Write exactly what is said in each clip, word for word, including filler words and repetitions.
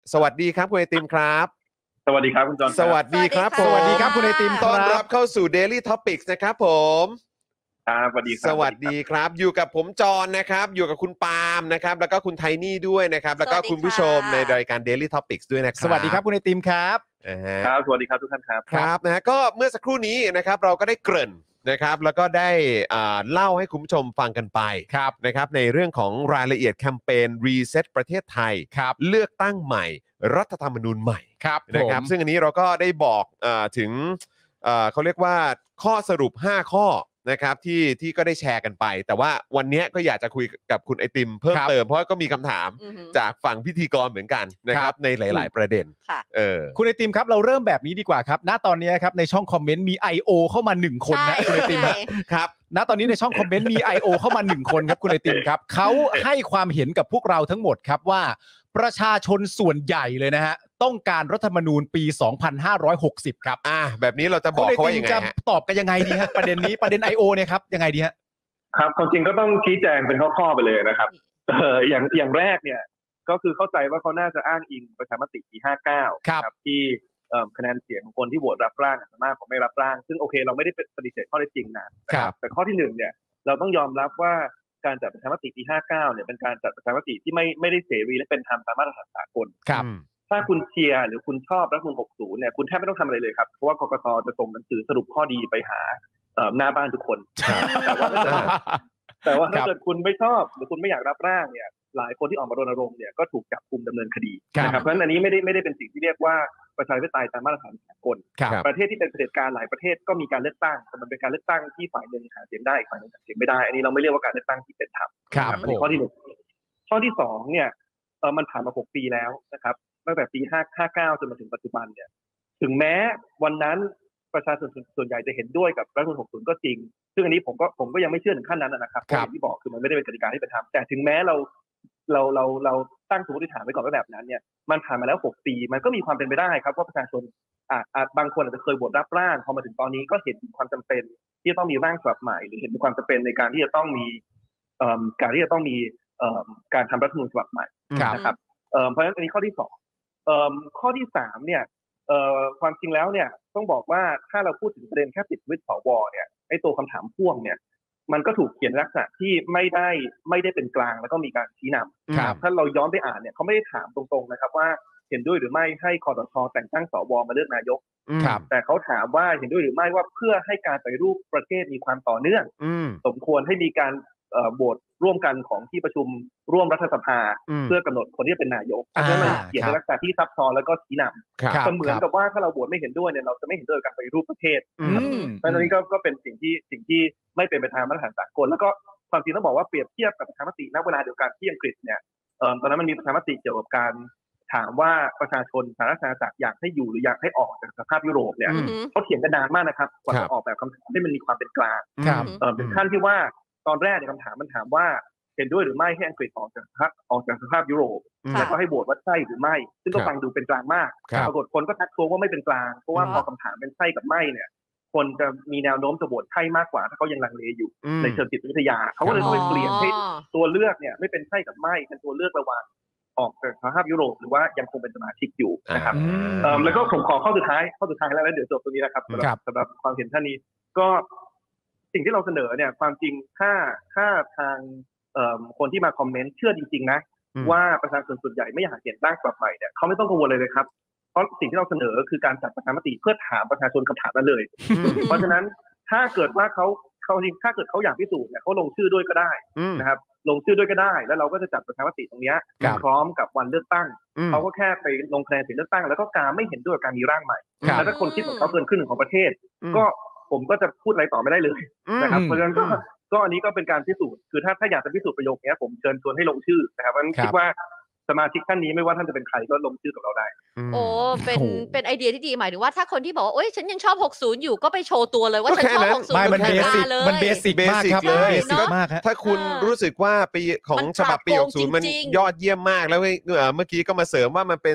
สวัสดีครับคุณไอติมครับสวัสดีครับคุณจอห์นสวัสดีครับสวัสดีครับคุณไอติมต้อนรับเข้าสู่ Daily Topics นะครับผมครับสวัสดีครับสวัสดีครับอยู่กับผมจอห์นนะครับอยู่กับคุณปาล์มนะครับแล้วก็คุณไทนี่ด้วยนะครับแล้วก็คุณผู้ชมในรายการ Daily Topics ด้วยนะครับสวัสดีครับคุณไอติมครับครับสวัสดีครับทุกท่านครับครับนะฮะก็เมื่อสักครู่นี้นะครับเราก็ได้เกริ่นนะครับแล้วก็ได้อ่าเล่าให้คุณผู้ชมฟังกันไปนะครับในเรื่องของรายละเอียดแคมเปญ Reset ประเทศไทยเลือกตั้งใหม่รัฐธรรมนูญใหม่นะครับซึ่งอันนี้เราก็ได้บอกเอ่อถึงเอ่อเขาเรียกว่าข้อสรุปห้าข้อนะครับที่ที่ก็ได้แชร์กันไปแต่ว่าวันนี้ก็อยากจะคุยกับคุณไอติมเพิ่มเติมเพราะก็มีคำถามจากฝั่งพิธีกรเหมือนกันนะครับในหลายๆประเด็นเออคุณไอติมครับเราเริ่มแบบนี้ดีกว่าครับณตอนนี้ครับในช่องคอมเมนต์มี ไอ โอ เข้ามาหนึ่งคนนะคุณไอติมครับณตอนนี้ในช่องคอมเมนต์มี ไอ โอ เข้ามาหนึ่งคนครับคุณไอติมครับเขาให้ความเห็นกับพวกเราทั้งหมดครับว่าประชาชนส่วนใหญ่เลยนะฮะต้องการรัฐธรรมนูญปีสองพันห้าร้อยหกสิบครับอ่าแบบนี้เราจะบอกเขาว่ายังไงฮะตอบกันยังไงดีฮะประเด็นนี้ประเด็น ไอ โอ เนี่ยครับยังไงดีฮะครับความจริงก็ต้องชี้แจงเป็นข้อๆไปเลยนะครับเอออย่างอย่างแรกเนี่ยก็คือเข้าใจว่าเขาน่าจะอ้างอิงประชามติปีห้าสิบเก้าครับที่เอ่อคะแนนเสียงของคนที่โหวตรับร่างสามารถของไม่รับร่างซึ่งโอเคเราไม่ได้ปฏิเสธข้อเท็จจริงนะครับแต่ข้อที่หนึ่งเนี่ยเราต้องยอมรับว่าการจัดประชามติปีห้าสิบเก้าเนี่ยเป็นการจัดประชามติที่ไม่ไม่ได้เสรีและเป็นธรรมตามมาตรฐานสากลครับถ้าคุณเชียร์หรือคุณชอบรัฐธรรมนูญหกสิบเนี่ยคุณแทบไม่ต้องทำอะไรเลยครับเพราะว่ากกตจะส่งหนังสือสรุปข้อดีไปหาหน้าบ้านทุกคนแต่ว่าถ้าเกิดคุณไม่ชอบหรือคุณไม่อยากรับร่างเนี่ยหลายคนที่ออกมารณรงค์เนี่ยก็ถูกจับกุมดำเนินคดีนะครับเพราะฉะนั้นอันนี้ไม่ได้ไม่ได้เป็นสิ่งที่เรียกว่าประชาธิปไตยตามมาตรฐานสากลประเทศที่เป็นเผด็จการหลายประเทศก็มีการเลือกตั้งแต่มันเป็นการเลือกตั้งที่ฝ่ายหนึ่งหาเสียงได้ฝ่ายหนึ่งหาเสียงไม่ได้อันนี้เราไม่เรียกว่าการเลือกตั้งที่เป็นธรรมครับอันนี้ข้อที่หนึ่งข้อที่สองเนี่ยเออมันผ่านมาหกปีแล้วนะครับตั้งแต่ปีห้าสิบเก้าจนมาถึงปัจจุบันเนี่ยถึงแม้วันนั้นประชาชนส่วนใหญ่จะเห็นด้วยกับรัฐธรรมนูญหกสิบก็จริงซึ่งอันนี้ผมก็ผมก็ยังไม่เชื่อถึงขั้นนั้นนะครับเพราะอย่างที่บอกคือมันไม่ได้เป็นกติกาที่เป็นธรรมแต่ถึงแม้เราเราเราเราตั้งสมมติฐานไว้ก่อนว่าแบบนั้นเนี่ยมันผ่านมาแล้วหกปีมันก็มีความเป็นไปได้ครับว่าประชาชนอาจอาจบางคนอาจจะเคยโหวตรับร่างพอมาถึงตอนนี้ก็เห็นความจำเป็นที่จะต้องมีร่างฉบับใหม่หรือเห็นความจำเป็นในการที่จะต้องมีการที่จะต้องมีการทำรัฐธรรมนูญฉบับใหม่นะครับเพราะฉะนั้นอันนี้ข้อที่สองข้อที่สามเนี่ยความจริงแล้วเนี่ยต้องบอกว่าถ้าเราพูดถึงประเด็นแค่ปิดวิสวเนี่ยไอ้ตัวคำถามพ่วงเนี่ยมันก็ถูกเขียนลักษณะที่ไม่ได้ไม่ได้เป็นกลางแล้วก็มีการชี้นำถ้าเราย้อนไปอ่านเนี่ยเขาไม่ได้ถามตรงๆนะครับว่าเห็นด้วยหรือไม่ให้คสช.แต่งตั้งสวมาเลือกนายกแต่เขาถามว่าเห็นด้วยหรือไม่ว่าเพื่อให้การปฏิรูปประเทศมีความต่อเนื่องสมควรให้มีการโหวตร่วมกันของที่ประชุมร่วมรัฐสภาเพื่อกำหนดคนที่เป็นนายกเพราะฉะนั้นมันเขียนในลักษณะที่ซับซ้อนแล้วก็ชี้นำเสมือนกับว่าถ้าเราโหวตไม่เห็นด้วยเนี่ยเราจะไม่เห็นด้วยกับการปฏิรูปประเทศเพราะฉะนั้นนี้ก็ก็เป็นสิ่งที่สิ่งที่ไม่เป็นไปตามมาตรฐานสากลแล้วก็ความจริงต้องบอกว่าเปรียบเทียบกับประชามติณเวลาเดียวกันที่อังกฤษเนี่ยตอนนั้นมันมีประชามติเกี่ยวกับการถามว่าประชาชนสหราชอาณาจักรอยากให้อยู่หรืออยากให้ออกจากสภาพยุโรปเนี่ยเขาเถียงกันนานมากนะครับกว่าจะออกแบบคำถามให้มันมีความเป็นกลางถึงขั้นที่ว่าตอนแรกในคำถามมันถามว่าเห็นด้วยหรือไม่ให้อังกฤษออกจากออกจากสภาพยุโรปแล้วก็ให้โหวตว่าใช่หรือไม่ซึ่งก็ฟังดูเป็นกลางมากปรากฏคนก็ทักท้วงว่าไม่เป็นกลางเพราะว่าพอคำถามเป็นใช่กับไม่เนี่ยคนจะมีแนวโน้มจะโหวตใช่มากกว่าถ้าเขายังลังเลอยู่ในเชิงจิตวิทยาเขาก็เลยต้องไปเปลี่ยนให้ตัวเลือกเนี่ยไม่เป็นใช่กับไม่เป็นตัวเลือกระหว่างออกจากสภาพยุโรปหรือว่ายังคงเป็นสมาชิกอยู่นะครับแล้วก็ผมขอข้อสุดท้ายข้อสุดท้ายแล้วแล้วเดี๋ยวจบตรงนี้นะครับสำหรับสำหรับความเห็นท่านนี้ก็สิ่งที่เราเสนอเนี่ยความจริงถ้าถ้าทางคนที่มาคอมเมนต์เชื่อจริงๆนะว่าประชาชนส่วนใหญ่ไม่อยากเห็นร่างฉบับใหม่เนี่ยเขาไม่ต้องกังวลเลยเลยครับเพราะสิ่งที่เราเสนอคือการจัดประชามติเพื่อถามประชาชนคำถามนั้นเลยเพราะฉะนั้นถ้าเกิดว่าเขาเขาจริงถ้าเกิดเขาอยากพิสูจน์เนี่ยเขาลงชื่อด้วยก็ได้นะครับลงชื่อด้วยก็ได้แล้วเราก็จะจัดประชามติตรงนี้พร้อมกับวันเลือกตั้งเขาก็แค่ไปลงคะแนนเสียงเลือกตั้งแล้วก็การไม่เห็นด้วยกับการมีร่างใหม่แล้วถ้าคนคิดของเขาเกินครึ่งของประเทศก็ผมก็จะพูดอะไรต่อไม่ได้เลยนะครับเพราะฉะนั้นก็ก็อันนี้ก็เป็นการพิสูจน์คือถ้าถ้าอยากจะพิสูจน์ประโยคนี้ผมเชิญชวนให้ลงชื่อนะครับเพราะฉะนั้นคิดว่าสมาชิกท่านนี้ไม่ว่าท่านจะเป็นใครก็ลงชื่อกับเราได้โอ้เป็นเป็นไอเดียที่ดีหมายถึงว่าถ้าคนที่บอกว่าโอ๊ยฉันยังชอบหกสิบอยู่ก็ไปโชว์ตัวเลยว่าฉันชอบหกสิบไม่มันเบสิกมันเบสิกมากครับเลยมากถ้าคุณรู้สึกว่าปีของฉบับปีหกสิบมันยอดเยี่ยมมากแล้วเมื่อกี้ก็มาเสริมว่ามันเป็น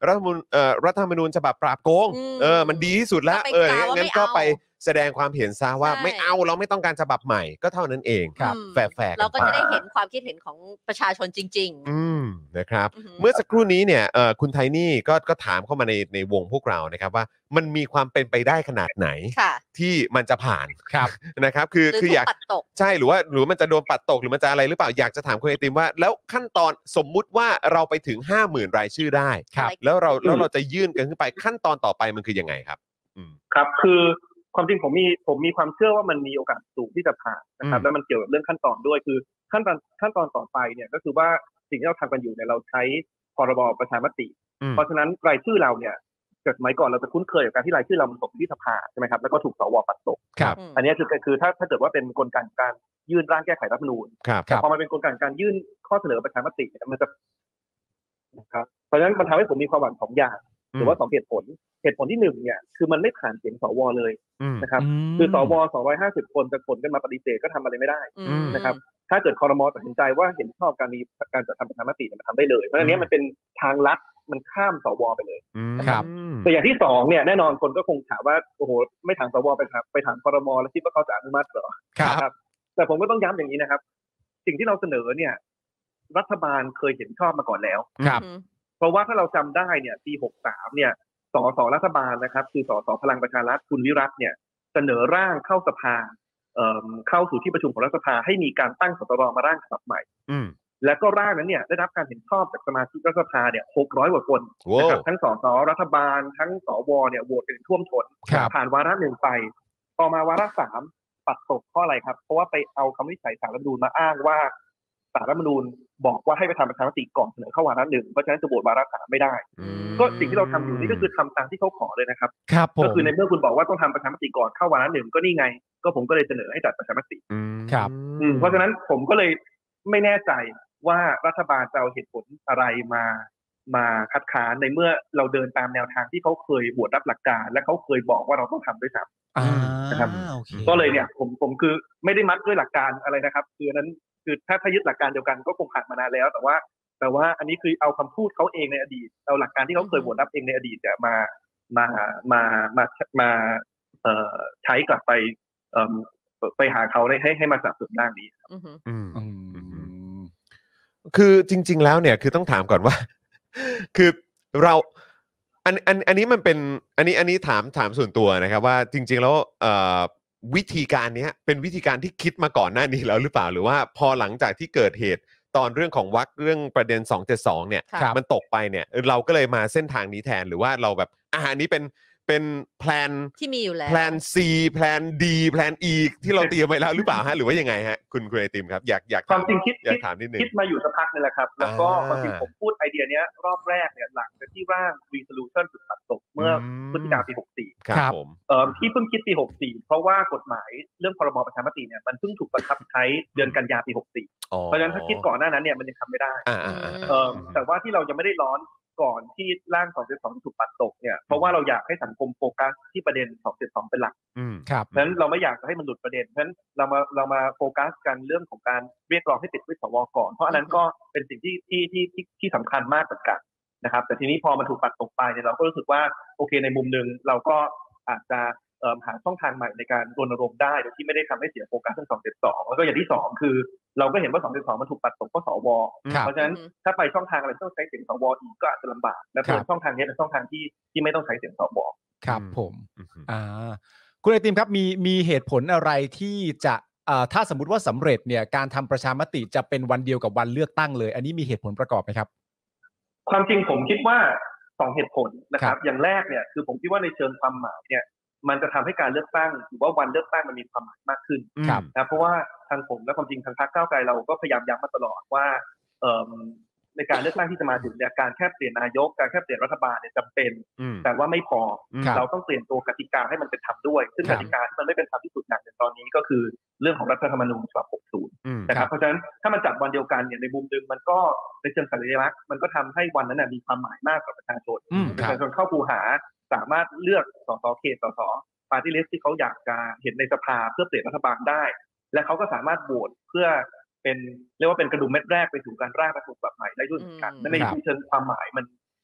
รัฐธรรมนูญเอ่อรัฐธรรมนูญฉบับปราบโกงอืมเออมันดีที่สุดแล้วก็ไปเออกล่าวว่างั้นไม่ก็เอาไปแสดงความเห็นซะว่าใช่ไม่เอาเราไม่ต้องการฉบับใหม่ก็เท่านั้นเองครับอืมแฝงๆเราก็นไปจะได้เห็นความคิดเห็นของประชาชนจริงอืมนะครับอือหือเมื่อสักครู่นี้เนี่ยเอ่อคุณไทนี่ก็ก็ถามเข้ามาในในวงพวกเรานะครับว่ามันมีความเป็นไปได้ขนาดไหนๆ ค่ะที่มันจะผ่านครับนะครับคือหรือคือถูอก ยากปัดตกใช่หรือว่าหรือมันจะโดนปัดตกหรือมันจะอะไรหรือเปล่าอยากจะถามคุณไอติมว่า แล้วขั้นตอนสมมุติว่าเราไปถึง ห้าหมื่น รายชื่อได้ครับแล้วเราแล้วเราจะยื่นกันขึ้นไปขั้นตอนต่อไปมันคือยังไงครับอืมครับคือความจริงผมมีผมมีความเชื่อว่ามันมีโอกาสสูงที่จะผ่านนะครับอืมแล้วมันเกี่ยวกับเรื่องขั้นตอนด้วยคือขั้นตอนขั้นตอนต่อไปเนี่ยก็คือว่าสิ่งที่เราทำกันอยู่เนี่ยเราใช้พรบประชามติอืมเพราะฉะนั้นรายชื่อเราเนี่ยจากสมัยก่อนเราจะคุ้นเคยกับการที่รายชื่อเรามันส่งที่สภาใช่ไหมครับแล้วก็ถูกสวปัดตกครับอืมอันนี้คือคือถ้าถ้าเกิดว่าเป็นกลไกการยื่นร่างแก้ไขรัฐธรรมนูญครับแต่พอมันเป็นกลไกการยื่นข้อเสนอประชามติเนี่ยมันจะนะครับเพราะฉะนั้นมันทำให้ผมมีความหวังสองอย่างหรือว่าสองเหตุผลเหตุผลที่หนึ่งเนี่ยคือมันไม่ผ่านเสียงสวเลยอืมนะครับมคือสวสองร้อยห้าสิบคนจะขนกันมาปฏิเสธก็ทำอะไรไม่ได้อืมนะครับ ถ้าเกิดครม.ตัดสินใจว่าเห็นชอบการมีการจัดทำประชามติเนี่ยมันทำได้เลย เพราะฉะนั้นเนี้ยมันเป็นทางลัดมันข้ามสวไปเลยอืมครับแต่อย่างที่สองเนี่ยแน่นอนคนก็คงถามว่าโอ้โหไม่ถามสวไปถามไปถามครม.แล้วคิดว่าเขาจะอนุมัติเหรอครับนะครับ แต่ผมก็ต้องย้ำอย่างนี้นะครับ สิ่งที่เราเสนอเนี่ยรัฐบาลเคยเห็นชอบมาก่อนแล้วครับอืมเพราะว่าถ้าเราจำได้เนี่ยปีหกสามเนี่ยสสรัฐบาลนะครับคือสสพลังประชารัฐคุณวิรัตเนี่ยเสนอร่างเข้าสภาเอ่อเข้าสู่ที่ประชุมของรัฐสภาให้มีการตั้งสตรมาร่างฉบับใหม่อืมและก็ร่างนั้นเนี่ยได้รับการเห็นชอบจากสมาชิกรัฐสภาเนี่ยหกร้อยกว่าคนโว้นะครับทั้งสสรัฐบาลทั้งสวเนี่ยโหวตกันท่วมท้นครับผ่านวาระหนึ่งไปพอมาวาระสามปัดตกเพราะอะไรครับเพราะว่าไปเอาคำวินิจฉัยศาลรัฐธรรมนูญมาอ้างว่าศาลรัฐธรรมนูญบอกว่าให้ไปทำประชามติก่อนเสนอเข้าวาระหนึ่งเพราะฉะนั้นจะโหวตวาระสามไม่ได้อืมก็สิ่งที่เราทำอยู่นี่ก็คือทำตามที่เขาขอเลยนะครับครับผมก็คือในเมื่อคุณบอกว่าต้องทำประชามติก่อนเข้าวาระหนึ่งก็นี่ไง ก็ผมก็เลยเสนอให้จัดประชามติอืมครับอืมเพราะฉะนั้นผมก็เลยไม่แน่ใจว่ารัฐบาลจะเอาเหตุผลอะไรมามาคัดค้านในเมื่อเราเดินตามแนวทางที่เขาเคยบวชรับหลักการ และเขาเคยบอกว่าเราต้องทำด้วยซ้อ่านะครับโอเคำก็เลยเนี่ยผมผมคือไม่ได้มัดด้วยหลักการอะไรนะครับคืออันนั้นคือถ้าถ้ายึดหลักการเดียวกันก็คงผ่านมานานแล้ว แต่ว่า แต่ว่าอันนี้คือเอาคำพูดเขาเองในอดีตเอาหลักการที่เขาเคยบวชรับเองในอดีตเนี่ยมามามามามาเอ่อใช้กลับไปเอ่อไปหาเขาให้ให้มาสนับสนุนร่างนี้อืมอืมอืมคือจริง ๆ แล้วเนี่ยคือต้องถามก่อนว่า คือเราอันอันอันนี้มันเป็นอันนี้อันนี้ถามถามส่วนตัวนะครับว่าจริง ๆ แล้วเอ่อวิธีการเนี้ยเป็นวิธีการที่คิดมาก่อนหน้านี้แล้วหรือเปล่าหรือว่าพอหลังจากที่เกิดเหตุตอนเรื่องของวรรคเรื่องประเด็นสองเจ็ดสองเนี่ยครับมันตกไปเนี่ยเราก็เลยมาเส้นทางนี้แทนหรือว่าเราแบบอ่าอันนี้เป็นเป็นแพลนที่มีอยู่แล้วแพลน C แพลน D แพลน E ที่เราเตรียมไว้แล้วหรือเปล่าฮะหรือว่ายังไงฮะคุณคุณไอติมครับอยากอยากความจริงคิดอยากคิดถามนิดนึงคิดมาอยู่สักพักนึงแหละครับ แล้วก็อ่าความจริงผมพูดไอเดียเนี้ยรอบแรกเนี่ยหลังจากที่ร่าง resolution ถูกตัดตกเมื่อพฤศจิกายนปีหกสี่ครับครับผมเอ่อที่เพิ่งคิดปีหกสี่เพราะว่ากฎหมายเรื่องพรบประชามติเนี่ยมันเพิ่งถูกบังคับใช้เดือนกันยายนปีหกสี่อ๋อเพราะฉะนั้นถ้าคิดก่อนหน้านั้นเนี่ยมันยังทำไม่ได้อ่าอ่าอ่าเอ่อแต่ว่าที่เรายังไม่ได้ร้อนก่อนที่ร่างสองเจ็ดสองถูกปัดตกเนี่ยเพราะว่าเราอยากให้สังคมโฟกัสที่ประเด็นสองเจ็ดสองเป็นหลักอืมครับฉะนั้นเราไม่อยากจะให้มันหลุดประเด็นฉะนั้นเรามาเรามาโฟกัสกันเรื่องของการเรียกร้องให้ติดวิสวก่อนเพราะอันนั้นก็เป็นสิ่งที่ที่ที่ที่ที่สำคัญมากเหมือนกันนะครับแต่ทีนี้พอมันถูกปัดตกไปเนี่ยเราก็รู้สึกว่าโอเคในมุมหนึ่งเราก็อาจจะเอ่อหาช่องทางใหม่ในการรณรงค์ได้โดยที่ไม่ได้ทำให้เสียโฟกัสทั้งสองเจ็ดสองแล้วก็อย่างที่สองคือเราก็เห็นว่าสองเจ็ดสองมันถูกปัดตกเพราะสวครับเพราะฉะนั้นถ้าไปช่องทางอะไรต้องใช้เสียงสวอีกก็อาจจะลำบากและครับช่องทางนี้เป็นช่องทางที่ที่ไม่ต้องใช้เสียงสวครับผมอืมอ่าคุณไอติมครับมีมีเหตุผลอะไรที่จะอ่าถ้าสมมุติว่าสำเร็จเนี่ยการทำประชามติจะเป็นวันเดียวกับวันเลือกตั้งเลย อันนี้มีเหตุผลประกอบไหมครับความจริงผมคิดว่าสองเหตุผลนะคครัรับบอย่างแรกเนี่ยคือผมคิดว่าในเชิงความหมายเนี่ยมันจะทำให้การเลือกตั้งหรือว่าวันเลือกตั้งมันมีความหมายมากขึ้นครับนะเพราะว่าทางผมและความจริงทางพรรคก้าวไกลเราก็พยายามย้ำมาตลอดว่าเอ่อในการเลือกตั้งที่จะมาถึงเนี่ยการแค่เปลี่ยนนายกการแค่เปลี่ยนรัฐบาลเนี่ยจำเป็นอืมแต่ว่าไม่พอครับเราต้องเปลี่ยนตัวกติกาให้มันเป็นธรรมด้วย ซึ่งครักบติกาที่มันไม่เป็นธรรมที่สุดอย่างหนึ่งตอนนี้ก็คือเรื่องของรัฐธรรมนูญฉบับหกสิบอืมนะครับเพราะฉะนั้นถ้ามันจัดวันเดียวกันเนี่ยในมุมหนึงมันก็ในเชิงสัญลักษณ์มันก็ทำให้วันนั้นนะมีความหมายมากกับประชาชนอืมประครัชาบชนเข้าคูหาสามารถเลือกสสเขตสสปาร์ตี้ลิสต์ที่เขาอยากจะเห็นในสภาเพื่อเปลี่ยนรัฐบาลได้ และเขาก็สามารถโหวตเพื่อเป็นเรียกว่าเป็นกระดุมเม็ดแรกไปสู่การร่างรัฐธรรมนูญฉบับใหม่ได้ด้วยเหมือนกันอืมนั่นในครับเชิงความหมายมัน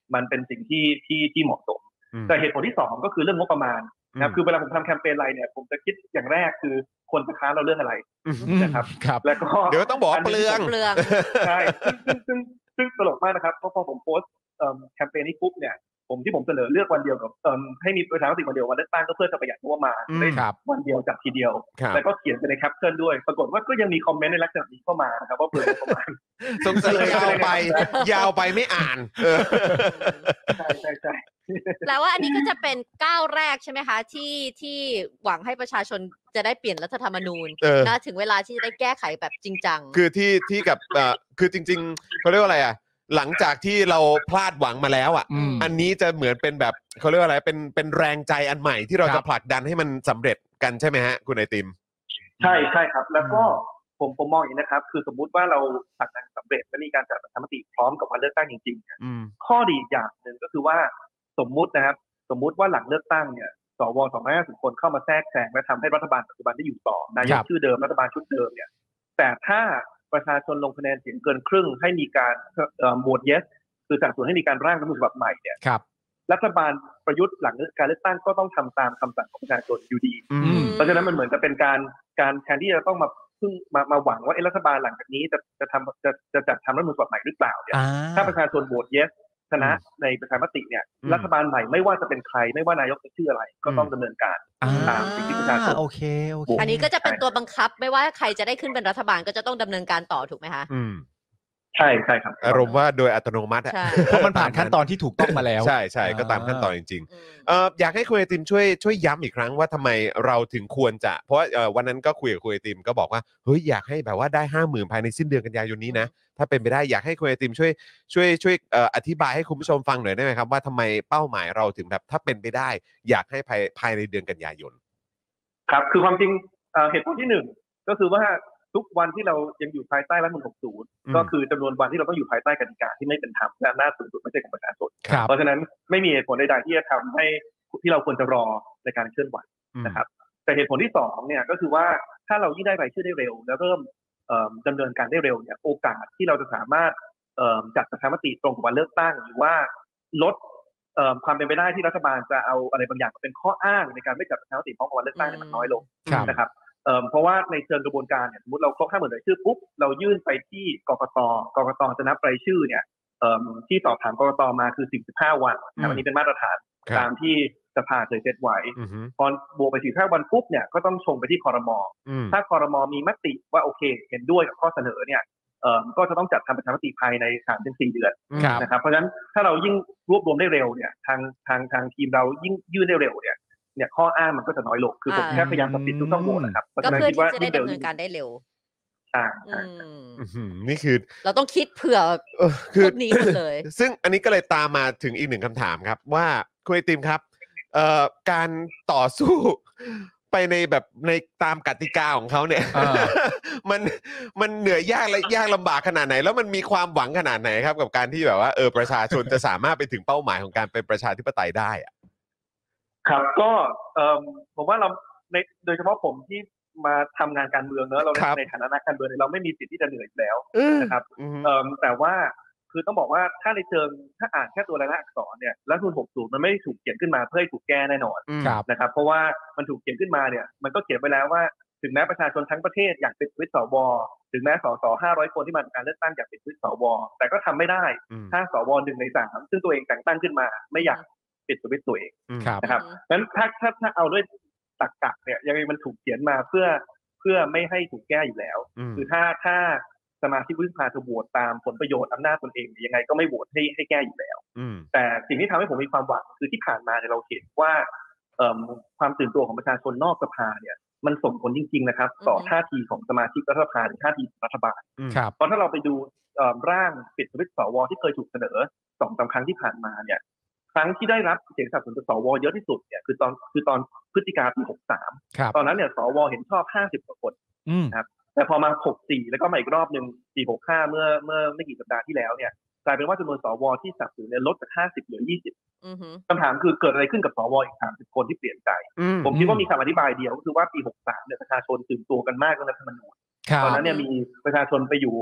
มันเป็นสิ่งที่ที่ที่เหมาะสมแต่เหตุผลที่สองก็คือเรื่องงบประมาณนะครับคือเวลาผมทำแคมเปญอะไรเนี่ยผมจะคิดอย่างแรกคือคนจะค้านเราเรื่องอะไรนะครับแล้วก็เดี๋ยวต้องบอกเปลืองเปลืองใช่ซึ่งซึ่งซึ่งตลกมากนะครับเพราะพอผมโพสต์แคมเปญนี้ปุ๊บเนี่ยผมที่ผมเสนอเลือกวันเดียวกับให้มีประชามติวันเดียววันเลือกตั้งก็เพื่อจะประหยัดงบประมาณได้วันเดียวจัดทีเดียวแล้วก็เขียนไปในแคปชั่นด้วยปรากฏว่าก็ยังมีคอมเมนต์ในลักษณะนี้เข้ามานะครับว่าเปลืองงบประมาณสงสัยยาวไปยาวไปไม่อ่านใช่ใช่ใช่แปลว่าอันนี้ก็จะเป็นก้าวแรกใช่ไหมคะที่ที่หวังให้ประชาชนจะได้เปลี่ยนรัฐธรรมนูญนะถึงเวลาที่จะได้แก้ไขแบบจริงจังคือที่ที่กับเอ่อคือจริงๆเขาเรียกว่าอะไรอ่ะหลังจากที่เราพลาดหวังมาแล้วอ่ะอันนี้จะเหมือนเป็นแบบเขาเรียกว่าอะไรเป็นเป็นแรงใจอันใหม่ที่เราจะผลักดันให้มันสำเร็จกันใช่ไหมฮะคุณไอติมใช่ใช่ครับแล้วก็ผมผมมองอย่างนี้นะครับคือสมมุติว่าเราผลักดันสำเร็จและมีการจัดประชามติพร้อมกับวันเลือกตั้งจริงๆข้อดีอย่างหนึ่งก็คือว่าสมมุตินะครับสมมุติว่าหลังเลือกตั้งเนี่ยสวสองร้อยห้าสิบคนเข้ามาแทรกแซงและทำให้รัฐบาลปัจจุบันได้อยู่ต่อนายกชื่อเดิมรัฐบาลชุดเดิมเนี่ยแต่ถ้าประชาชนลงคะแนนเสียงเกินครึ่งให้มีการโหวต yes คือสั่งสวนให้มีการร่างรัฐธรรมนูญฉบับใหม่เนี่ยรัฐบาลประยุทธ์หลังการเลือกตั้งก็ต้องทำตามคำสั่งของประชาชนอยู่ดีเพราะฉะนั้นมันเหมือนจะเป็นการการแทนที่จะต้องมาพึ่งมามาหวังว่ารัฐบาลหลังจากนี้จะจะทำจะจะจัดทำรัฐธรรมนูญฉบับใหม่หรือเปล่าเนี่ยถ้าประชาชนโหวต yesชนะในประชามติเนี่ยรัฐบาลใหม่ไม่ว่าจะเป็นใครไม่ว่านายกจะชื่ออะไรก็ต้องดำเนินการตามสิ่งที่ประชาชนโอเคโอเคอันนี้ก็จะเป็นตัวบังคับไม่ว่าใครจะได้ขึ้นเป็นรัฐบาลก็จะต้องดำเนินการต่อถูกไหมคะใช่ใช่ครับอารมณ์ว่าโดยอัตโนมัติเพราะมันผ่านขั้นตอนที่ถูกต้องมาแล้วใช่ใช่ก็ตามขั้นตอนจริงๆเอ่ออยากให้คุณไอติมช่วยช่วยย้ำอีกครั้งว่าทำไมเราถึงควรจะเพราะวันนั้นก็คุยกับคุณไอติมก็บอกว่าเฮ้ยอยากให้แบบว่าได้ ห้าหมื่น ภายในสิ้นเดือนกันยายนนี้นะถ้าเป็นไปได้อยากให้คุณไอติมช่วยช่วยช่วยอธิบายให้คุณผู้ชมฟังหน่อยได้ไหมครับว่าทำไมเป้าหมายเราถึงแบบถ้าเป็นไปได้อยากให้ภายภายในเดือนกันยายนครับคือความจริงเหตุผลที่หนึ่งก็คือว่าทุกวันที่เรายังอยู่ภายใต้รัฐธรรมนูญหกสิบก็คือจำนวนวันที่เราต้องอยู่ภายใต้กติกาที่ไม่เป็นธรรมและอำนาจสูงสุดไม่ใช่ของประชาชนเพราะฉะนั้นไม่มีเหตุผลใดๆที่จะทำให้ที่เราควรจะรอในการเคลื่อนไหวนะครับแต่เหตุผลที่สองเนี่ยก็คือว่าถ้าเรายิ่งได้รายชื่อได้เร็วแล้วเริ่มดำเนินการได้เร็วเนี่ยโอกาสที่เราจะสามารถจัดประชามติตรงกับวันเลือกตั้งหรือว่าลดความเป็นไปได้ที่รัฐบาลจะเอาอะไรบางอย่างมาเป็นข้ออ้างในการไม่จัดประชามติพร้อมกับวันเลือกตั้งเนี่ยมันน้อยลงนะครับเพราะว่าในเชิงกระบวนการเนี่ยสมมติเราครบห้าหมื่นรายชื่อปุ๊บเรายื่นไปที่กกต.กกต.จะนับรายชื่อเนี่ยที่สอบถามกกต.มาคือสี่สิบห้าวันอันนี้เป็นมาตรฐานตามที่สภาเคยเซตไว้พอบวกไปสี่สิบห้าวันปุ๊บเนี่ยก็ต้องชงไปที่ครม.ถ้าครม.มีมติว่าโอเคเห็นด้วยกับข้อเสนอเนี่ยก็จะต้องจัดทำประชามติภายใน สามถึงสี่ เดือนนะครับเพราะฉะนั้นถ้าเรายิ่งรวบรวมได้เร็วเนี่ยทางทางทางทีมเรายิ่งยื่นได้เร็วเนี่ยเนี่ยข้ออ้างมันก็จะน้อยลงคือผมแค่พยายามตัดสินทุกช่องโหว่นะครับก็เพื่อที่จะได้ดำเนินการได้เร็วใช่นี่คือเราต้องคิดเผื่อพวกนี้หมดเลยซึ่งอันนี้ก็เลยตามมาถึงอีกหนึ่งคำถามครับว่าคุณไอติมครับการต่อสู้ไปในแบบในตามกติกาของเขาเนี่ยมันมันเหนื่อยยากและยากลำบากขนาดไหนแล้วมันมีความหวังขนาดไหนครับกับการที่แบบว่าเออประชาชนจะสามารถไปถึงเป้าหมายของการเป็นประชาธิปไตยได้อะครับก็เอ่อผมว่าเราในโดยเฉพาะผมที่มาทำงานการเมืองเนอะเราในฐานะนักการเมืองเราไม่มีสิทธิ์ที่จะเหนื่อยแล้วนะครับเอ่อแต่ว่าคือต้องบอกว่าถ้าในเชิงถ้าอ่านแค่ตัวรายละอักษรเนี่ยรัฐธรรมนูญหกสิบมันไม่ได้ถูกเขียนขึ้นมาเพื่อให้ถูกแก้แน่นอนนะครับเพราะว่ามันถูกเขียนขึ้นมาเนี่ยมันก็เขียนไว้แล้วว่าถึงแม้ประชาชนทั้งประเทศอยากเป็นสวิตสวถึงแม้สสห้าร้อยคนที่มาจากการเลือกตั้งอยากเป็นสวิตสวแต่ก็ทำไม่ได้ถ้าสวหนึ่งในสามซึ่งตัวเองแต่งตั้งขึ้นมาไม่อยากปิดสวิตตัวเองนะครับงั้นถ้าถ้าถ้าเอาด้วยตรรกะเนี่ยยังไงมันถูกเขียนมาเพื่อเพื่อไม่ให้ถูกแก้อยู่แล้วคือถ้าถ้าสมาชิกวุฒิสภาจะโหวตตามผลประโยชน์อำนาจตนเองยังไงก็ไม่โหวตให้ให้แก้อยู่แล้วแต่สิ่งที่ทำให้ผมมีความหวังคือที่ผ่านมาเนี่ยเราเห็นว่าความตื่นตัวของประชาชนนอกสภาเนี่ยมันส่งผลจริงๆนะครับต่อท่าทีของสมาชิกรัฐสภาหรือท่าทีรัฐบาลเพราะถ้าเราไปดูร่างปิดสวิตช์สวที่เคยถูกเสนอสองสามครั้งที่ผ่านมาเนี่ยครั้งที่ได้รับเสียงสนับสนุนจากสวเยอะที่สุดเนี่ยคือตอนคือตอนพฤศจิกาปีหกสิบสามตอนนั้นเนี่ยสวเห็นชอบห้าสิบกว่าคนนะครับแต่พอมาหกสิบสี่แล้วก็มาอีกรอบนึงปีหกสิบห้าเมื่อเมื่อไม่กี่สัปดาห์ที่แล้วเนี่ยกลายเป็นว่าจำนวนสวที่สนับสนุนเนี่ยลดจากห้าสิบเหลือยี่สิบคำถามคือเกิดอะไรขึ้นกับสวอีกสามสิบคนที่เปลี่ยนใจผมคิดว่ามีคำอธิบายเดียวก็คือว่าปีหกสิบสามเนี่ยประชาชนตื่นตัวกันมากเรื่องรัฐธรรมนูญตอนนั้นเนี่ยมีประชาชนไปอยู่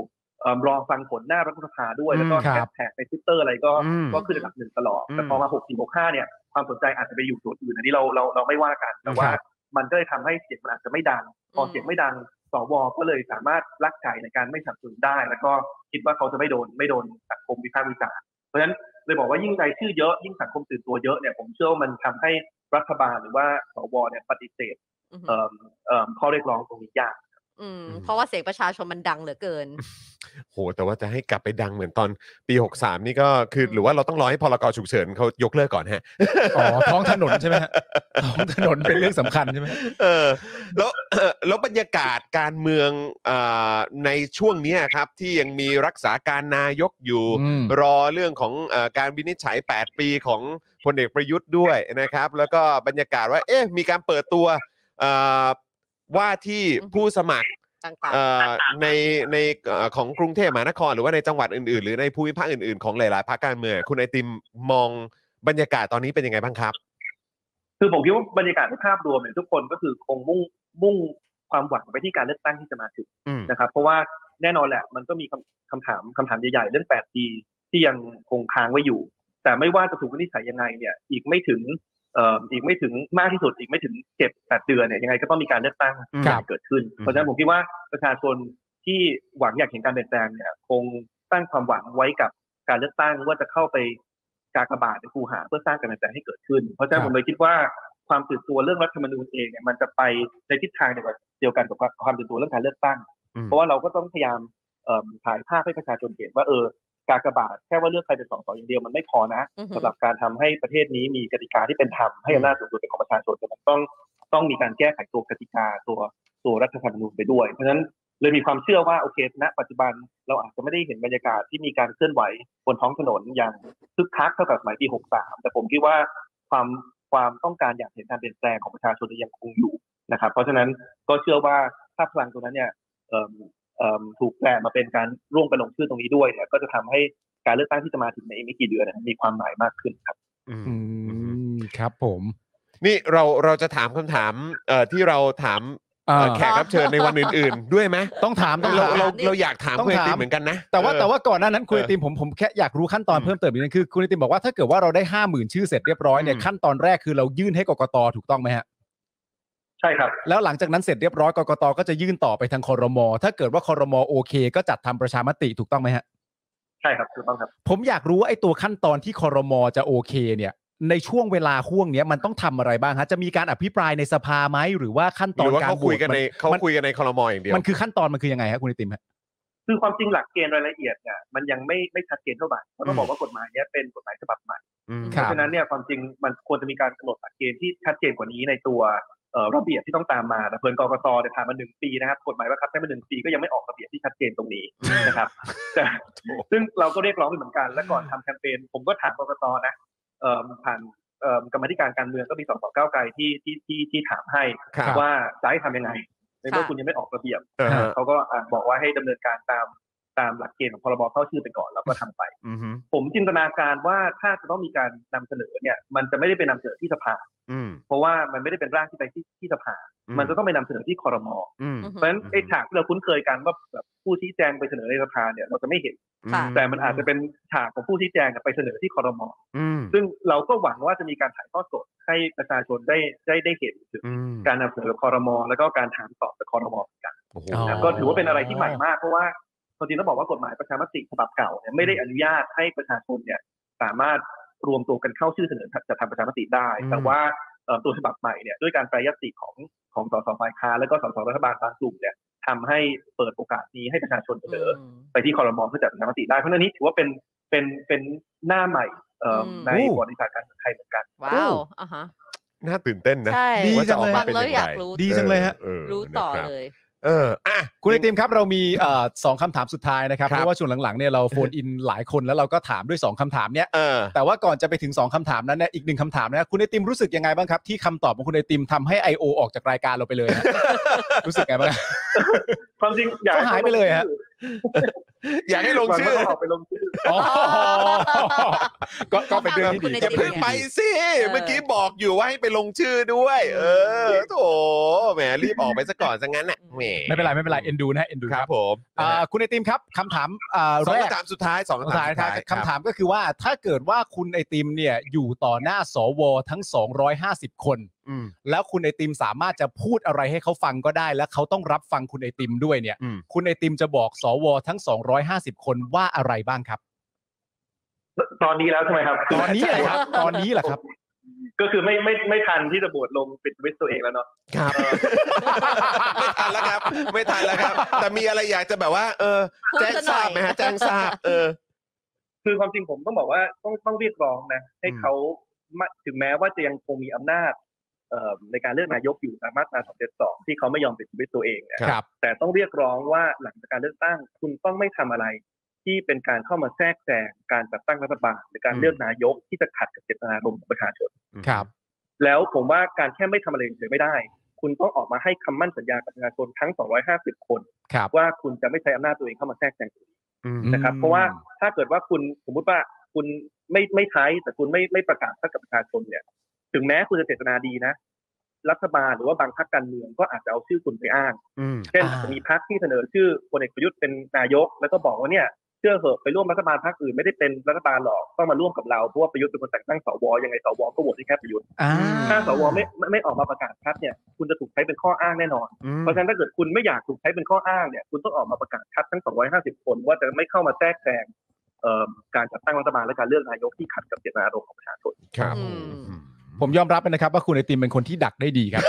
รอฟังผลหน้ารัฐสภาด้วยแล้วก็แฮชแท็กใน Twitter อะไรก็ก็ขึ้นอันดับหนึ่งตลอดแต่พอมาหกสี่ หกห้าเนี่ยความสนใจอาจจะไปอยู่ส่วนอื่นอันนี้เราเราเราไม่ว่ากันแต่ว่ามันก็เลยทำให้เสียงมันอาจจะไม่ดังพอเสียงไม่ดังสวก็เลยสามารถลักไก่ในการไม่สนับสนุนได้แล้วก็คิดว่าเขาจะไม่โดนไม่โดนสังคมวิพากษ์วิจารณ์เพราะฉะนั้นเลยบอกว่ายิ่งรายชื่อเยอะยิ่งสังคมตื่นตัวเยอะเนี่ยผมเชื่อว่ามันทำให้รัฐบาลหรือว่าสวเนี่ยปฏิเสธเอ่อเอ่อข้อเรียกร้องตรงนี้ยากอืมเพราะว่าเสียงประชาชนมันดังเหลือเกินโหแต่ว่าจะให้กลับไปดังเหมือนตอนปีหกสามนี่ก็คือหรือว่าเราต้องรอให้พรกฉุกเฉินเขายกเลิกก่อนฮะอ๋อท้องถนนใช่ไหมฮะท้องถนนเป็นเรื่องสำคัญใช่ไหมเออแล้วแล้วบรรยากาศการเมืองอ่าในช่วงนี้ครับที่ยังมีรักษาการนายกอยู่รอเรื่องของอ่าการวินิจฉัยแปดปีของพลเอกประยุทธ์ด้วยนะครับแล้วก็บรรยากาศว่าเอ๊ะมีการเปิดตัวอ่าว่าที่ผู้สมัครในในของกรุงเทพมหานครหรือว่าในจังหวัดอื่นๆหรือในภูมิภาคอื่นๆของหลายๆพรรคการเมืองคุณไอติมมองบรรยากาศตอนนี้เป็นยังไงบ้างครับคือผมคิดว่าบรรยากาศในภาพรวมเนี่ยทุกคนก็คือคงมุ่งมุ่งความหวังไปที่การเลือกตั้งที่จะมาถึงนะครับเพราะว่าแน่นอนแหละมันก็มีคำถามคำถามใหญ่ๆเรื่องแปดปีที่ยังคงค้างไว้อยู่แต่ไม่ว่าจะถูกวินิจฉัยยังไงเนี่ยอีกไม่ถึงเอ่ออีกไม่ถึงมากที่สุดอีกไม่ถึงเจ็ด แปดเดือนเนี่ยยังไงก็ต้องมีการเลือกตั้งเกิดขึ้นเพราะฉะนั้นผมคิดว่าประชาชนที่หวังอยากเห็นการเปลี่ยนแปลงเนี่ยคงตั้งความหวังไว้กับการเลือกตั้งว่าจะเข้าไปกากบาทในคูหาเพื่อสร้างการเปลี่ยนแปลงให้เกิดขึ้นเพราะฉะนั้นผมเลยคิดว่าความตื่นตัวเรื่องรัฐธรรมนูญเองเนี่ยมันจะไปในทิศทางเดียวกันเดียวกันกับความตื่นตัวเรื่องการเลือกตั้งเพราะว่าเราก็ต้องพยายามถ่ายภาพให้ประชาชนเห็นว่าเออกากบาทแค่ว่าเลือกใครเป็นสสอย่างเดียวมันไม่พอนะสำหรับการทำให้ประเทศนี้มีกติกาที่เป็นธรรมให้อำนาจสูงสุดเป็นของประชาชนแต่มันต้องต้องมีการแก้ไขตัวกติกาตัวตัวรัฐธรรมนูญไปด้วยเพราะฉะนั้นเลยมีความเชื่อว่าโอเคณปัจจุบันเราอาจจะไม่ได้เห็นบรรยากาศที่มีการเคลื่อนไหวบนท้องถนนอย่างคึกคักเท่ากับสมัยปีหกสามแต่ผมคิดว่าความความต้องการอยากเห็นการเปลี่ยนแปลงของประชาชนยังคงอยู่นะครับเพราะฉะนั้นก็เชื่อว่าถ้าพลังตัวนั้นเนี่ยถูกแปลมาเป็นการร่วมกันลงชื่อตรงนี้ด้วยเนี่ยก็จะทำให้การเลือกตั้งที่จะมาถึงในอีกไม่กี่เดือนมีความหมายมากขึ้นครับอืมครับผมนี่เราเราจะถามคำถามเอ่อที่เราถามแขกรับเชิญในวันอื่นๆด้วยไหมต้องถามต้องเราเราเราอยากถามคุณไอติมเหมือนกันนะแต่ว่าแต่ว่าก่อนหน้านั้นคุณไอติมผมผมแค่อยากรู้ขั้นตอนเพิ่มเติมนิดนึงคือคุณไอติมบอกว่าถ้าเกิดว่าเราได้ ห้าหมื่น ชื่อเสร็จเรียบร้อยเนี่ยขั้นตอนแรกคือเรายื่นให้กกต.ถูกต้องไหมฮะใช่ครับแล้วหลังจากนั้นเสร็จเรียบร้อยกกต.ก็จะยื่นต่อไปทางครม.ถ้าเกิดว่าครม.โอเคก็จัดทำประชามติถูกต้องไหมฮะใช่ครับถูกต้องครับผมอยากรู้ว่าไอ้ตัวขั้นตอนที่ครม.จะโอเคเนี่ยในช่วงเวลาห่วงเนี้ยมันต้องทำอะไรบ้างฮะจะมีการอภิปรายในสภาไหมหรือว่าขั้นตอนการเขาคุยกันในเขาคุยกันในครม.อย่างเดียวมันคือขั้นตอนมันคือยังไงครับคุณไอติมฮะคือความจริงหลักเกณฑ์รายละเอียดเนี่ยมันยังไม่ไม่ชัดเจนเท่าไหร่เพราะต้องบอกว่ากฎหมายเนี้ยเป็นกฎหมายฉบับใหม่เพราะฉะนั้นเนี่ยความจริงมันควรจะมีการกำหนดหลักเกณฑ์ที่ชัดเจนกว่านี้ในตัวระเบียบที่ต้องตามมาแต่เพิ่นกกตเนี่ยผ่านมาหนึ่งปีนะครับกฎหมายว่าครับแค่มาหนึ่งปีก็ยังไม่ออกระเบียบที่ชัดเจนตรงนี้นะครับแต่ซึ่งเราก็เรียกร้องเหมือนกันและก่อนทำแคมเปญผมก็ถามกกตนะผ่านกรรมธิการการเมืองก็มีสสก้าวไกลที่ที่ที่ที่ถามให้ว่าจะให้ทำยังไงในเมื่อคุณยังไม่ออกระเบียบเขาก็บอกว่าให้ดำเนินการตามตามหลักเกณฑ์ของพรบเข้าชื่อไปก่อนแล้วก็ทำไปผมจินตนาการว่าถ้าจะต้องมีการนำเสนอเนี่ยมันจะไม่ได้เป็นนำเสนอที่สภาเพราะว่ามันไม่ได้เป็นร่างที่ไปที่ที่สภามันจะต้องไปนำเสนอที่ครม.เพราะฉะนั้นไอ้ฉากที่เราคุ้นเคยกันว่าแบบผู้ชี้แจงไปเสนอในสภาเนี่ยเราจะไม่เห็นแต่มันอาจจะเป็นฉากของผู้ชี้แจงไปเสนอที่ครม.ซึ่งเราก็หวังว่าจะมีการถ่ายทอดสดให้ประชาชนได้ได้ได้เห็นถึงการนำเสนอครม.แล้วก็การถามตอบจากครม.กันก็ถือว่าเป็นอะไรที่ใหม่มากเพราะว่าจริงๆต้องบอกว่ากฎหมายประชามติฉบับเก่าเนี่ยไม่ได้อนุญาตให้ประชาชนเนี่ยสามารถรวมตัวกันเข้าชื่อเสนอจัดทำประชามติได้แต่ว่าตัวฉบับใหม่เนี่ยด้วยการแปรยติของของสสฝ่ายค้านและก็สสรัฐบาลบางกลุ่มเนี่ยทำให้เปิดโอกาสนี้ให้ประชาชนเสนอไปที่ครม.เพื่อจัดประชามติได้เพราะฉะนั้นนี้ถือว่าเป็นเป็นเป็นหน้าใหม่ในประวัติศาสตร์การเมืองไทยเหมือนกันว้าวอ่ะฮะน่าตื่นเต้นนะว่าจะออกมาเป็นยังไงดีจังเลยฮะรู้ต่อเลยเอออ่ะคุณไอติมครับเรามีเอ่อสองคำถามสุดท้ายนะครับเพราะว่าช่วงหลังๆเนี่ยเราโฟนอินหลายคนแล้วเราก็ถามด้วยสองคำถามเนี้ยแต่ว่าก่อนจะไปถึงสองคำถามนั้นเนี่ยอีกหนึ่งคำถามนะคุณไอติมรู้สึกยังไงบ้างครับที่คำตอบของคุณไอติมทำให้ ไอ โอ ออกจากรายการเราไปเลยรู้สึกไงบ้างความจริงอยากหายไปเลยฮะอยากให้ลงชื่อมันก็ออกไปลงชื่ออ๋อก็ก็เป็นเรื่องที่ดีอย่าเพิ่งไปสิเมื่อกี้บอกอยู่ว่าให้ไปลงชื่อด้วย เออโถแหมรีบออกไปซะก่อนซะงั้นน่ะแหมไม่เป็นไรไม่เป็นไรเอ็นดูนะเอ็นดูครับผมอ่าคุณไอติมครับคำถามอ่าสองแรกคำถามสุดท้ายสองสุดคำถามท้ายสุดท้ายคำถามก็คือว่าถ้าเกิดว่าคุณไอติมเนี่ยอยู่ต่อหน้าสวทั้งสองร้อยห้าสิบคนอืมแล้วคุณไอติมสามารถจะพูดอะไรให้เขาฟังก็ได้ และเขาต้องรับฟังคุณไอติมด้วยเนี่ยอืมคุณไอติมจะบอกสวทั้งสองร้อยห้าสิบคนว่าอะไรบ้างครับตอนนี้แล้วใช่ไหมครับตอนนี้แหละครับตอนนี้แหละครับก็คือไม่ไม่ไม่ทันที่จะบวชลงปิดวิตตัวเองแล้วเนาะครับ ไม่ทันแล้วครับ ไม่ทันแล้วครับ แต่มีอะไรอยากจะแบบว่า เออพูดแจ้งซะหน่ทราอยบไหมฮะแจ้งทราบเออคือความจริงผมต้องบอกว่าต้องต้องเรียกร้องนะให้เขามาถึงแม้ว่าจะยังคงมีอำนาจเอ่อในการเลือกนายกอยู่ตามมาตราสองเจ็ดสองที่เขาไม่ยอมปิดชีวิตตัวเองเนี่ยครับแต่ต้องเรียกร้องว่าหลังจากการเลือกตั้ง คุณต้องไม่ทำอะไร ที่เป็นการเข้ามาแทรกแซงการจัดตั้งรัฐบาลหรือการเลือกนายกที่จะขัดกับเจตนารมณ์ของประชาชนครับแล้วผมว่าการแค่ไม่ทำอะไรเฉยๆไม่ได้ คุณต้องออกมาให้คำมั่นสัญญากับประชาชนทั้งสองร้อยห้าสิบคนครับว่าคุณจะไม่ใช้อำนาจตัวเองเข้ามาแทรกแซงอืมนะครับเพราะว่าถ้าเกิดว่าคุณสมมุติว่าคุณไม่ไม่ใช้แต่คุณไม่ไม่ประกาศให้กับประชาชนเนี่ย ถึงแม้คุณจะเจตนาดีนะ รัฐบาลหรือว่าบางพรรคการเมืองก็อาจจะเอาชื่อคุณไปอ้างอืมเช่นอ่าอาจจะมีพรรคที่เสนอชื่อพลเอกประยุทธ์เป็นนายก แล้วก็บอกว่าเนี่ยเชื่อเหอะไปร่วมรัฐบาลพรรคอื่นไม่ได้เป็นรัฐบาลหรอกต้องมาร่วมกับเราเพราะว่าประยุทธ์เป็นคนแต่งตั้งสวยังไงสวก็โหวตให้แค่ประยุทธ์อ่าถ้าสวไม่ไม่ไม่ออกมาประกาศชัดเนี่ยคุณจะถูกใช้เป็นข้ออ้างแน่นอนอืมเพราะฉะนั้นถ้าเกิดคุณไม่อยากถูกใช้เป็นข้ออ้างเนี่ยคุณต้องออกมาประกาศชัดทั้งสองร้อยห้าสิบคนว่าจะไม่เข้ามาแทรกแซงเอ่อการจัดตั้งรัฐบาลและการเลือกนายกที่ขัดกับเจตนารมณ์ของประชาชนครับอืมอืมผมยอมรับนะครับว่าคุณไอติมเป็นคนที่ดักได้ดีครับ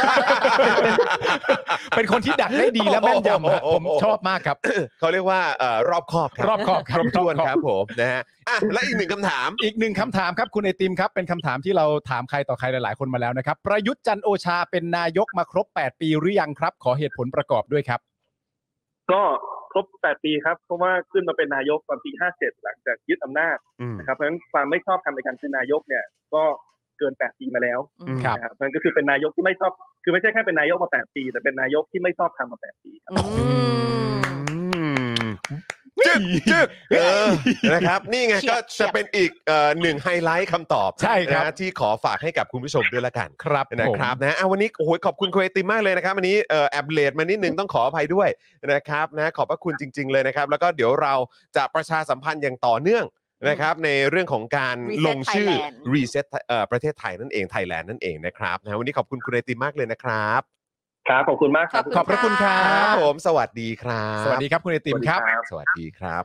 เป็นคนที่ดักได้ดีและแม่นยำฮะผมชอบมากครับเขาเรียกว่าเอ่อรอบคอบครัรอบคอบคครับ รบถ้วนรอบคอบครับผมนะฮะอ่ะและอีกหนึ่งคำถามอีกหนึ่งคำถามครับคุณไอติมครับเป็นคำถามที่เราถามใครต่อใครหลายๆคนมาแล้วนะครับประยุทธ์จันทร์โอชาเป็นนายกมาครบแปดปีหรือยังครับ ขอเหตุผลประกอบด้วยครับก็ครบแปดปีครับเพราะว่าขึ้นมาเป็นนายกตอนปีห้าเจ็ดหลังจากยึดอำนาจอืมนะครับเพราะฉะนั้นความไม่ชอบธรรมในการเป็นนายกเนี่ยก็เกินแปดปีมาแล้วอืมครับนะครับเพราะฉะนั้นก็คือเป็นนายกที่ไม่ชอบคือไม่ใช่แค่เป็นนายกมาแปดปีแต่เป็นนายกที่ไม่ชอบธรรมมาแปดปีครับอืมจึกจึกเออนะครับนี่ไงเฉียบก็จะเป็นอีกเอ่อหนึ่งไฮไลท์คำตอบใช่ครับนะที่ขอฝากให้กับคุณผู้ชมด้วยละกันครับนะครับนะอ่ะวันนี้โอ้โหขอบคุณคุณไอติมมากเลยนะครับวันนี้เอ่อแอบเลดมานิดนึงต้องขออภัยด้วยนะครับนะขอบพระคุณจริง ๆ เลยนะครับ แล้วก็เดี๋ยวเราจะประชาสัมพันธ์อย่างต่อเนื่องนะครับในเรื่องของการ Reset ลงชื่อ Thailand Reset เอ่อประเทศไทยนั่นเองไทยแลนด์นั่นเองนะครับนะวันนี้ขอบคุณคุณไอติมมากเลยนะครับครับขอบคุณมากครับขอบพระคุณครัครับบผมสวัสดีครับสวัสดีครับคุณไอติมครับสวัสดีครับ